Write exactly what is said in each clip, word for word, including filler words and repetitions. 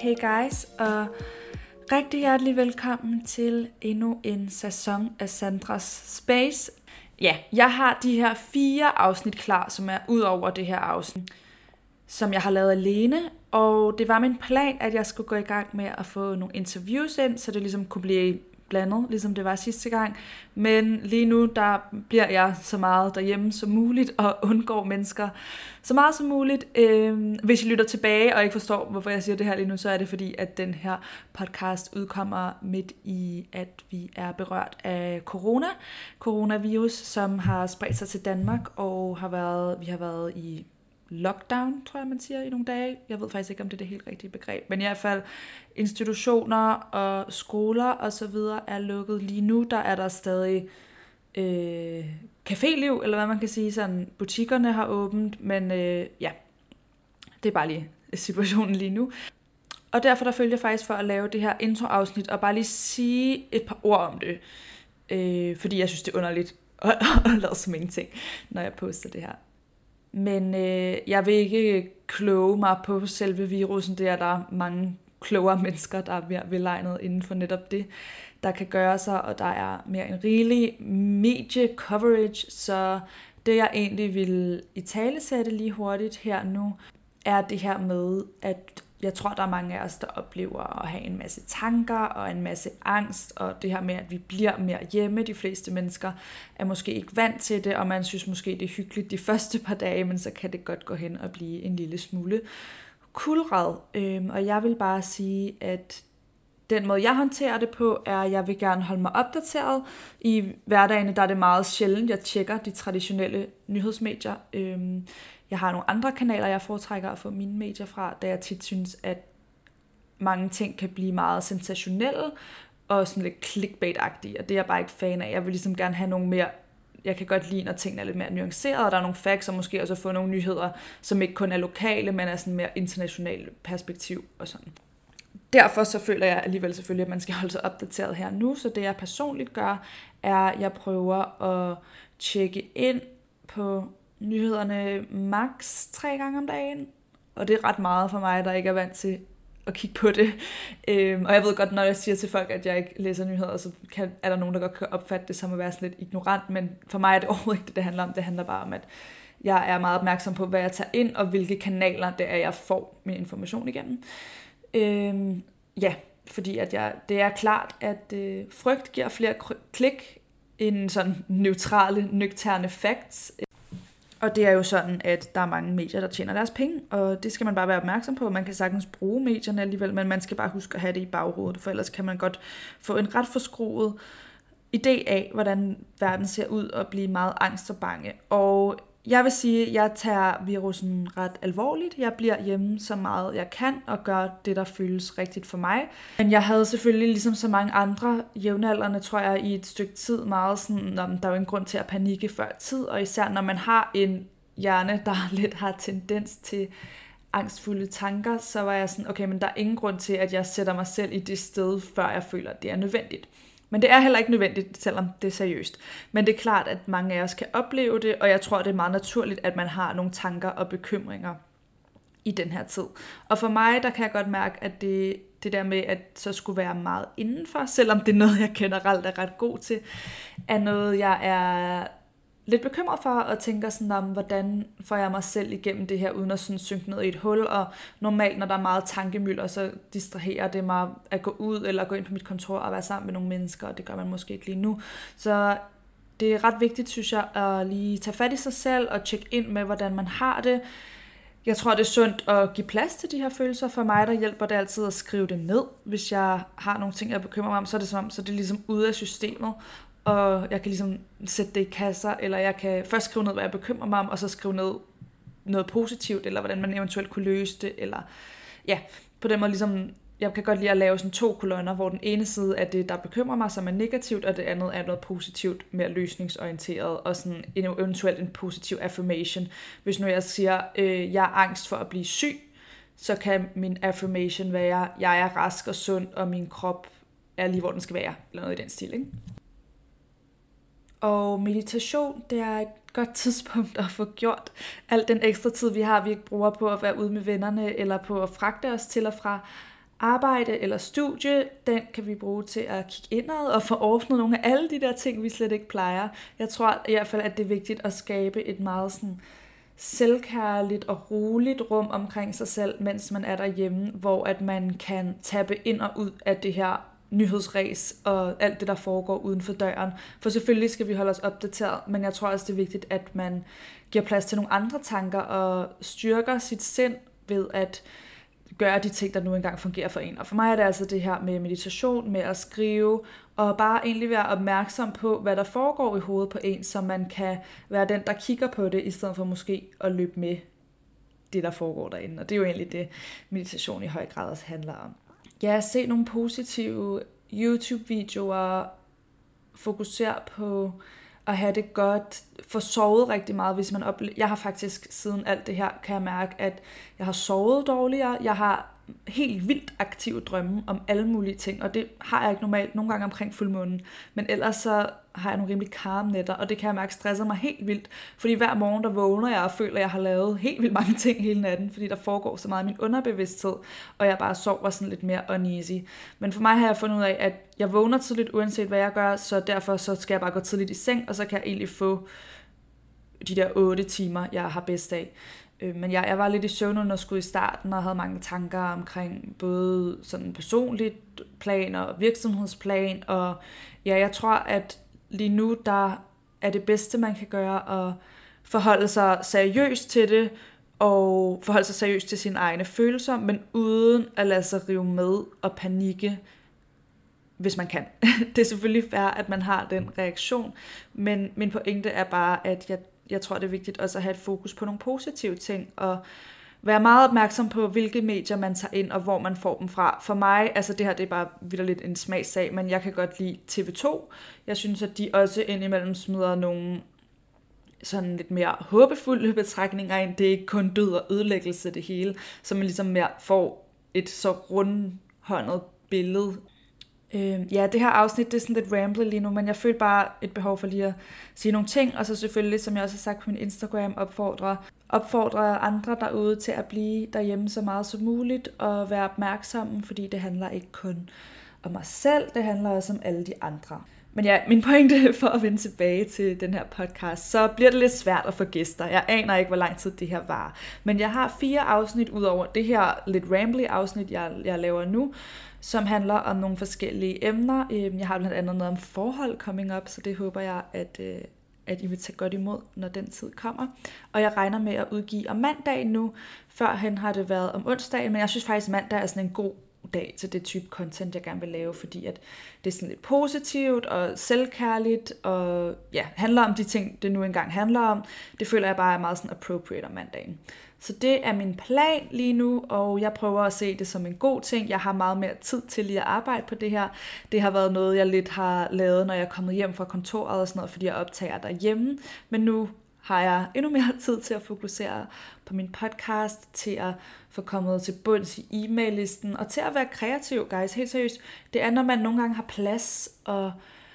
Hey guys, og rigtig hjertelig velkommen til endnu en sæson af Sandras Space. Ja, jeg har de her fire afsnit klar, som er ud over det her afsnit, som jeg har lavet alene. Og det var min plan, at jeg skulle gå i gang med at få nogle interviews ind, så det ligesom kunne blive blandet, ligesom det var sidste gang. Men lige nu, der bliver jeg så meget derhjemme som muligt, og undgår mennesker så meget som muligt. Øh, hvis I lytter tilbage og ikke forstår, hvorfor jeg siger det her lige nu, så er det fordi, at den her podcast udkommer midt i, at vi er berørt af corona. Coronavirus, som har spredt sig til Danmark, og har været, vi har været i lockdown, tror jeg, man siger, i nogle dage. Jeg ved faktisk ikke, om det er det helt rigtige begreb. Men i hvert fald institutioner og skoler og så videre er lukket. Lige nu, der er der stadig øh, caféliv, eller hvad man kan sige. Sådan, butikkerne har åbent, men øh, ja, det er bare lige situationen lige nu. Og derfor der følger jeg faktisk for at lave det her introafsnit, og bare lige sige et par ord om det. Øh, fordi jeg synes, det er underligt at, at lade som ingenting, når jeg poster det her. Men øh, jeg vil ikke kloge mig på selve virusen. Det er der mange klogere mennesker, der er mere velegnet inden for netop det, der kan gøre sig, og der er mere en rigelig medie-coverage. Så det, jeg egentlig vil italesætte lige hurtigt her nu, er det her med, at jeg tror, der er mange af os, der oplever at have en masse tanker og en masse angst, og det her med, at vi bliver mere hjemme. De fleste mennesker er måske ikke vant til det, og man synes måske, det er hyggeligt de første par dage, men så kan det godt gå hen og blive en lille smule kulrad. Øhm, og jeg vil bare sige, at den måde, jeg håndterer det på, er, at jeg vil gerne holde mig opdateret. I hverdagene, der er det meget sjældent, jeg tjekker de traditionelle nyhedsmedier. Øhm, Jeg har nogle andre kanaler, jeg foretrækker at få mine medier fra, da jeg tit synes, at mange ting kan blive meget sensationelle og sådan lidt clickbait-agtige, og det er jeg bare ikke fan af. Jeg vil ligesom gerne have nogle mere, jeg kan godt lide, når tingene er lidt mere nuancerede, og der er nogle facts, og måske også få nogle nyheder, som ikke kun er lokale, men er sådan mere internationalt perspektiv og sådan. Derfor så føler jeg alligevel selvfølgelig, at man skal holde sig opdateret her nu, så det jeg personligt gør, er, at jeg prøver at tjekke ind på nyhederne max tre gange om dagen, og det er ret meget for mig, der ikke er vant til at kigge på det. Øhm, og jeg ved godt, når jeg siger til folk, at jeg ikke læser nyheder, så kan, er der nogen, der godt kan opfatte det som at være sådan lidt ignorant, men for mig er det overhovedet ikke det, det handler om. Det handler bare om, at jeg er meget opmærksom på, hvad jeg tager ind, og hvilke kanaler det er, jeg får min information igennem. Øhm, ja, fordi at jeg, det er klart, at øh, frygt giver flere klik end sådan neutrale, nøgterne facts. Og det er jo sådan, at der er mange medier, der tjener deres penge, og det skal man bare være opmærksom på. Man kan sagtens bruge medierne alligevel, men man skal bare huske at have det i baghovedet, for ellers kan man godt få en ret forskruet idé af, hvordan verden ser ud, og blive meget angst og bange. Og jeg vil sige, at jeg tager virusen ret alvorligt. Jeg bliver hjemme så meget jeg kan, og gør det, der føles rigtigt for mig. Men jeg havde selvfølgelig, ligesom så mange andre jævnaldrende, tror jeg, i et stykke tid meget sådan, der er jo en grund til at panikke før tid, og især når man har en hjerne, der lidt har tendens til angstfulde tanker, så var jeg sådan, okay, men der er ingen grund til, at jeg sætter mig selv i det sted, før jeg føler, at det er nødvendigt. Men det er heller ikke nødvendigt, selvom det er seriøst. Men det er klart, at mange af os kan opleve det, og jeg tror, det er meget naturligt, at man har nogle tanker og bekymringer i den her tid. Og for mig, der kan jeg godt mærke, at det, det der med, at så skulle være meget indenfor, selvom det er noget, jeg generelt er ret god til, er noget, jeg er lidt bekymret for, og tænker sådan om, hvordan får jeg mig selv igennem det her, uden at sådan synke ned i et hul, og normalt, når der er meget tankemylder, så distraherer det mig at gå ud, eller gå ind på mit kontor og være sammen med nogle mennesker, og det gør man måske ikke lige nu. Så det er ret vigtigt, synes jeg, at lige tage fat i sig selv, og tjekke ind med, hvordan man har det. Jeg tror, det er sundt at give plads til de her følelser. For mig, der hjælper det altid at skrive det ned. Hvis jeg har nogle ting, jeg bekymrer mig om, så er det som, så er det ligesom ude af systemet, og jeg kan ligesom sætte det i kasser, eller jeg kan først skrive ned, hvad jeg bekymrer mig om, og så skrive ned noget positivt, eller hvordan man eventuelt kunne løse det, eller ja, på den måde ligesom, jeg kan godt lide at lave sådan to kolonner, hvor den ene side er det, der bekymrer mig, som er negativt, og det andet er noget positivt, mere løsningsorienteret, og sådan eventuelt en positiv affirmation. Hvis nu jeg siger, øh, jeg er angst for at blive syg, så kan min affirmation være, jeg er rask og sund, og min krop er lige, hvor den skal være, eller noget i den stil, ikke? Og meditation, det er et godt tidspunkt at få gjort al den ekstra tid, vi har, vi ikke bruger på at være ude med vennerne, eller på at fragte os til og fra arbejde eller studie, den kan vi bruge til at kigge indad og få ordnet nogle af alle de der ting, vi slet ikke plejer. Jeg tror i hvert fald, at det er vigtigt at skabe et meget sådan selvkærligt og roligt rum omkring sig selv, mens man er derhjemme, hvor at man kan tappe ind og ud af det her nyhedsræs og alt det, der foregår uden for døren. For selvfølgelig skal vi holde os opdateret, men jeg tror også, det er vigtigt, at man giver plads til nogle andre tanker og styrker sit sind ved at gøre de ting, der nu engang fungerer for en. Og for mig er det altså det her med meditation, med at skrive, og bare egentlig være opmærksom på, hvad der foregår i hovedet på en, så man kan være den, der kigger på det, i stedet for måske at løbe med det, der foregår derinde. Og det er jo egentlig det, meditation i høj grad også handler om. Ja, se nogle positive YouTube-videoer, fokusere på at have det godt, få sovet rigtig meget, hvis man oplever. Jeg har faktisk siden alt det her, kan jeg mærke, at jeg har sovet dårligere. Jeg har helt vildt aktive drømme om alle mulige ting, og det har jeg ikke normalt, nogle gange omkring fuldmånen, men ellers så har jeg nogle rimelig calm nætter, og det kan jeg mærke stresser mig helt vildt, fordi hver morgen der vågner jeg og føler, at jeg har lavet helt vildt mange ting hele natten, fordi der foregår så meget i min underbevidsthed, og jeg bare sover sådan lidt mere uneasy. Men for mig har jeg fundet ud af, at jeg vågner tidligt, uanset hvad jeg gør, så derfor så skal jeg bare gå tidligt i seng, og så kan jeg egentlig få de der otte timer, jeg har bedst af. Men jeg, jeg var lidt i søvnunderskud i starten og havde mange tanker omkring både sådan personligt plan og virksomhedsplan. Og ja, jeg tror, at lige nu der er det bedste, man kan gøre at forholde sig seriøst til det og forholde sig seriøst til sine egne følelser, men uden at lade sig rive med og panikke, hvis man kan. Det er selvfølgelig fair, at man har den reaktion, men min pointe er bare, at jeg Jeg tror, det er vigtigt også at have et fokus på nogle positive ting, og være meget opmærksom på, hvilke medier man tager ind, og hvor man får dem fra. For mig, altså det her, det er bare vitterligt en smagssag, men jeg kan godt lide T V to. Jeg synes, at de også indimellem smider nogle sådan lidt mere håbefulde betragtninger ind. Det er ikke kun død og ødelæggelse det hele, så man ligesom mere får et så rundhåndet billede. Øh, ja, det her afsnit, det er sådan lidt ramblet lige nu, men jeg føler bare et behov for lige at sige nogle ting, og så selvfølgelig, som jeg også har sagt på min Instagram, opfordre, opfordre andre derude til at blive derhjemme så meget som muligt, og være opmærksomme, fordi det handler ikke kun om mig selv, det handler også om alle de andre. Men ja, min pointe for at vende tilbage til den her podcast, så bliver det lidt svært at få gæster. Jeg aner ikke, hvor lang tid det her var. Men jeg har fire afsnit ud over det her lidt rambly afsnit, jeg, jeg laver nu, som handler om nogle forskellige emner. Jeg har blandt andet noget om forhold coming up, så det håber jeg, at, at I vil tage godt imod, når den tid kommer. Og jeg regner med at udgive om mandagen nu. Førhen har det været om onsdagen, men jeg synes faktisk, at mandag er sådan en god dag til det type content, jeg gerne vil lave, fordi at det er sådan lidt positivt og selvkærligt, og ja, handler om de ting, det nu engang handler om. Det føler jeg bare er meget sådan appropriate om mandagen. Så det er min plan lige nu, og jeg prøver at se det som en god ting. Jeg har meget mere tid til lige at arbejde på det her. Det har været noget, jeg lidt har lavet, når jeg er kommet hjem fra kontoret og sådan noget, fordi jeg optager derhjemme. Men nu har jeg endnu mere tid til at fokusere på min podcast, til at få kommet til bunds i e-mail-listen, og til at være kreativ, guys. Helt seriøst. Det er, når man nogle gange har plads og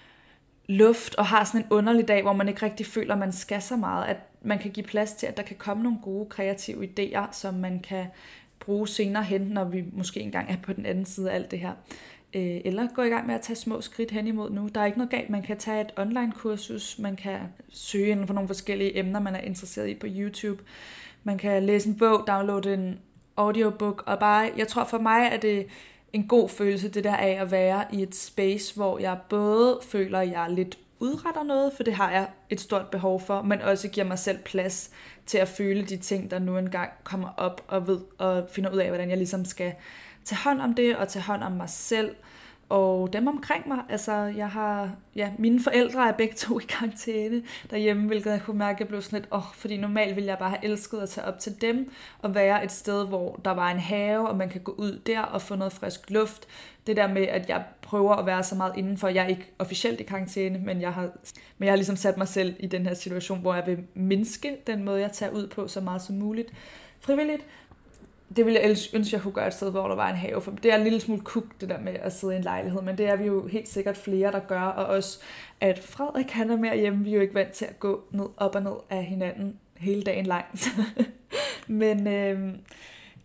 luft, og har sådan en underlig dag, hvor man ikke rigtig føler, at man skal så meget, at man kan give plads til, at der kan komme nogle gode kreative idéer, som man kan bruge senere hen, når vi måske engang er på den anden side af alt det her. Eller gå i gang med at tage små skridt hen imod nu. Der er ikke noget galt. Man kan tage et online-kursus, man kan søge inden for nogle forskellige emner, man er interesseret i på YouTube. Man kan læse en bog, downloade en audiobook, og bare, jeg tror for mig, er det en god følelse, det der af at være i et space, hvor jeg både føler, at jeg lidt udretter noget, for det har jeg et stort behov for, men også giver mig selv plads til at føle de ting, der nu engang kommer op, og ved og finder ud af, hvordan jeg ligesom skal tage hånd om det, og tage hånd om mig selv, og dem omkring mig. Altså, jeg har, ja, mine forældre er begge to i karantæne derhjemme, hvilket jeg kunne mærke, at jeg blev sådan lidt, åh, oh, fordi normalt ville jeg bare have elsket at tage op til dem, og være et sted, hvor der var en have, og man kan gå ud der og få noget frisk luft. Det der med, at jeg prøver at være så meget indenfor, jeg er ikke officielt i karantæne, men jeg har, men jeg har ligesom sat mig selv i den her situation, hvor jeg vil mindske den måde, jeg tager ud på, så meget som muligt frivilligt. Det ville jeg ønske, jeg kunne gøre et sted, hvor der var en have. For det er en lille smule kuk, det der med at sidde i en lejlighed. Men det er vi jo helt sikkert flere, der gør. Og også, at Frederik han er mere hjemme. Vi er jo ikke vant til at gå ned op og ned af hinanden hele dagen lang. Men øh,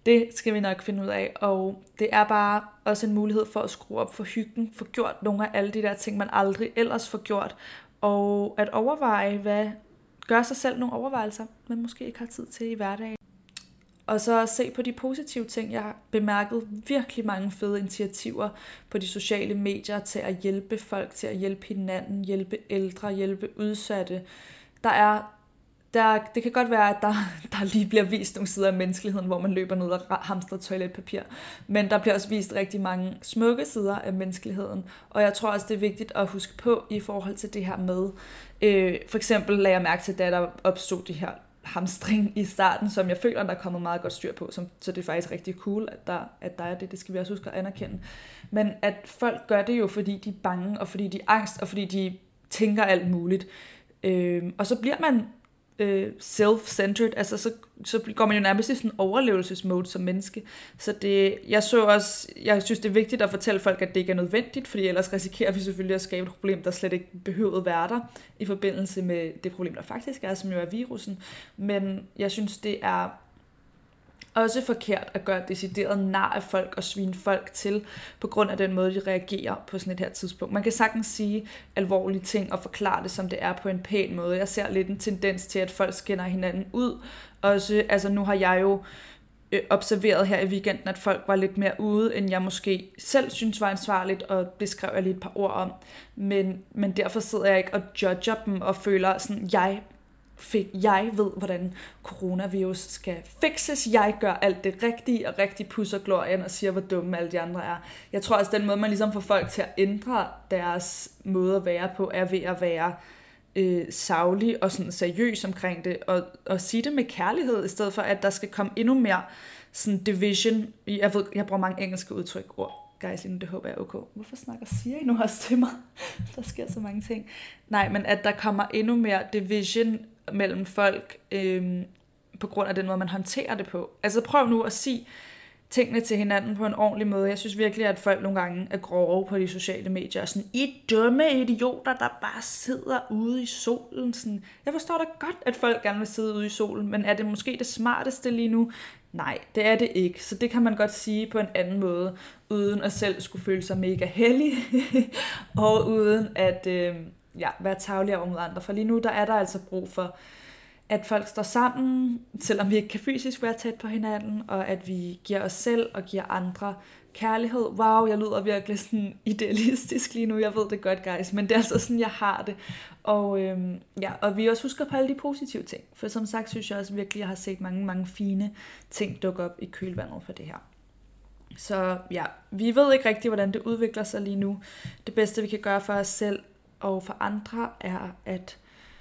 Det skal vi nok finde ud af, og det er bare også en mulighed for at skrue op for hyggen, få gjort nogle af alle de der ting, man aldrig ellers får gjort, og at overveje, hvad gør sig selv nogle overvejelser, man måske ikke har tid til i hverdagen. Og så se på de positive ting. Jeg har bemærket virkelig mange fede initiativer på de sociale medier til at hjælpe folk, til at hjælpe hinanden, hjælpe ældre, hjælpe udsatte. Der er, der, det kan godt være, at der, der lige bliver vist nogle sider af menneskeligheden, hvor man løber ned og hamstrer toiletpapir. Men der bliver også vist rigtig mange smukke sider af menneskeligheden. Og jeg tror også, det er vigtigt at huske på i forhold til det her med. Øh, for eksempel lagde jeg mærke til, da der opstod de her hamstring i starten, som jeg føler, der er kommet meget godt styr på, som, så det er faktisk rigtig cool, at der, at der er det, det skal vi også huske at anerkende. Men at folk gør det jo, fordi de er bange, og fordi de er angst, og fordi de tænker alt muligt. Øh, og så bliver man øh, self-centered, altså så, så går man jo nærmest i sådan en overlevelsesmode som menneske. Så det, jeg så også, jeg synes det er vigtigt at fortælle folk, at det ikke er nødvendigt, fordi ellers risikerer vi selvfølgelig at skabe et problem, der slet ikke behøvede være der, i forbindelse med det problem, der faktisk er, som jo er virusen. Men jeg synes, det er også forkert at gøre decideret nar af folk og svine folk til, på grund af den måde, de reagerer på sådan et her tidspunkt. Man kan sagtens sige alvorlige ting og forklare det, som det er på en pæn måde. Jeg ser lidt en tendens til, at folk skænder hinanden ud. Også, altså nu har jeg jo øh, observeret her i weekenden, at folk var lidt mere ude, end jeg måske selv synes var ansvarligt, og det skrev jeg lige et par ord om. Men, men derfor sidder jeg ikke og judger dem og føler sådan, jeg Fik, jeg ved, hvordan coronavirus skal fikses. Jeg gør alt det rigtige og rigtig pusser glorien og siger, hvor dumme alle de andre er. Jeg tror også, den måde, man ligesom får folk til at ændre deres måde at være på, er ved at være øh, saglig og sådan seriøs omkring det, og, og sige det med kærlighed, i stedet for, at der skal komme endnu mere sådan division. Jeg ved, jeg bruger mange engelske udtryk ord. Guys, lige nu, det håber jeg er okay. Hvorfor snakker Siri nu også til mig? Der sker så mange ting. Nej, men at der kommer endnu mere division mellem folk, øhm, på grund af den måde, man håndterer det på. Altså prøv nu at sige tingene til hinanden på en ordentlig måde. Jeg synes virkelig, at folk nogle gange er grove på de sociale medier, og sådan, I dumme idioter, der bare sidder ude i solen. Sådan, jeg forstår da godt, at folk gerne vil sidde ude i solen, men er det måske det smarteste lige nu? Nej, det er det ikke. Så det kan man godt sige på en anden måde, uden at selv skulle føle sig mega heldig, og uden at øh, ja, være tarvelig over mod andre. For lige nu, der er der altså brug for, at folk står sammen, selvom vi ikke kan fysisk være tæt på hinanden, og at vi giver os selv og giver andre kærlighed. Wow, jeg lyder virkelig sådan idealistisk lige nu, jeg ved det godt, guys, men det er altså sådan, jeg har det. Og, øhm, ja, og vi også husker på alle de positive ting, for som sagt synes jeg også virkelig, jeg har set mange, mange fine ting dukke op i kølvandet på det her. Så ja, vi ved ikke rigtigt, hvordan det udvikler sig lige nu. Det bedste, vi kan gøre for os selv og for andre, er at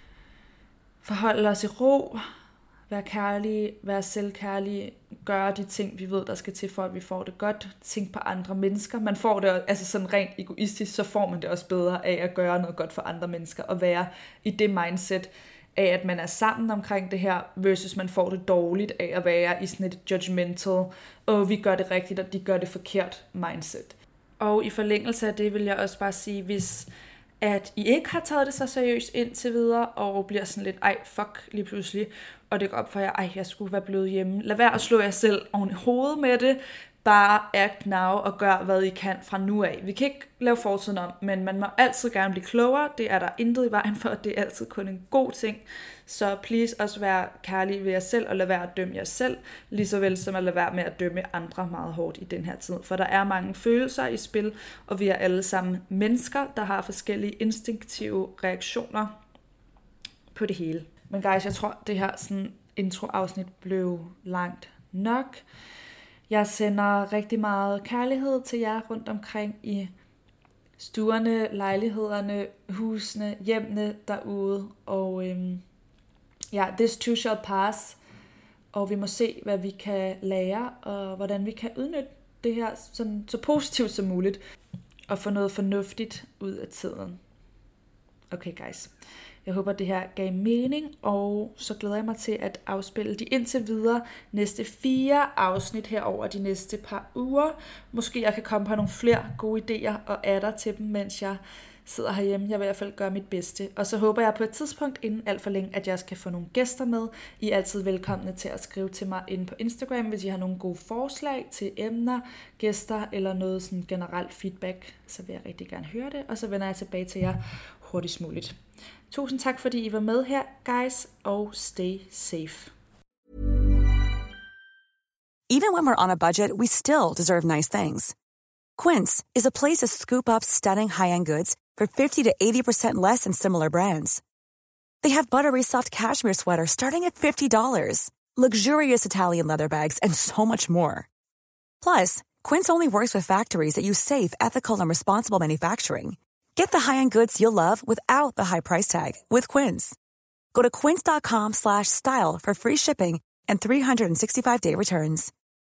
forholde os i ro, være kærlige, være selvkærlige, gøre de ting, vi ved, der skal til for, at vi får det godt. Tænk på andre mennesker. Man får det, altså sådan rent egoistisk, så får man det også bedre af at gøre noget godt for andre mennesker, og være i det mindset af, at man er sammen omkring det her, versus man får det dårligt af at være i sådan et judgmental, og vi gør det rigtigt, og de gør det forkert mindset. Og i forlængelse af det vil jeg også bare sige, hvis at I ikke har taget det så seriøst indtil videre, og bliver sådan lidt, ej, fuck, lige pludselig, og det går op for jer, ej, jeg skulle være blevet hjemme. Lad være at slå jer selv oven i hovedet med det. Bare act now og gør, hvad I kan fra nu af. Vi kan ikke lave fortiden om, men man må altid gerne blive klogere. Det er der intet i vejen for, det er altid kun en god ting. Så please også være kærlige ved jer selv, og lad være at dømme jer selv, lige så vel som at lade være med at dømme andre meget hårdt i den her tid. For der er mange følelser i spil, og vi er alle sammen mennesker, der har forskellige instinktive reaktioner på det hele. Men guys, jeg tror, det her sådan intro-afsnit blev langt nok. Jeg sender rigtig meget kærlighed til jer rundt omkring i stuerne, lejlighederne, husene, hjemmene derude. Og øhm, ja, this too shall pass. Og vi må se, hvad vi kan lære, og hvordan vi kan udnytte det her sådan, så positivt som muligt, og få noget fornuftigt ud af tiden. Okay guys, Jeg håber, det her gav mening, og så glæder jeg mig til at afspille de indtil videre næste fire afsnit her over de næste par uger. Måske jeg kan komme på nogle flere gode idéer og adder til dem, mens jeg sidder herhjemme. Jeg vil i hvert fald gøre mit bedste. Og så håber jeg på et tidspunkt, inden alt for længe, at jeg skal få nogle gæster med. I er altid velkomne til at skrive til mig inde på Instagram, hvis I har nogle gode forslag til emner, gæster eller noget sådan generelt feedback. Så vil jeg rigtig gerne høre det, og så vender jeg tilbage til jer hurtigst muligt. Tusind tak, fordi I var med her, guys, og stay safe. Even when we're on a budget, we still deserve nice things. Quince is a place to scoop up stunning high-end goods for fifty to eighty percent less than similar brands. They have buttery soft cashmere sweaters starting at fifty dollars, luxurious Italian leather bags, and so much more. Plus, Quince only works with factories that use safe, ethical, and responsible manufacturing. Get the high-end goods you'll love without the high price tag with Quince. Go to quince dot com slash style for free shipping and three sixty-five day returns.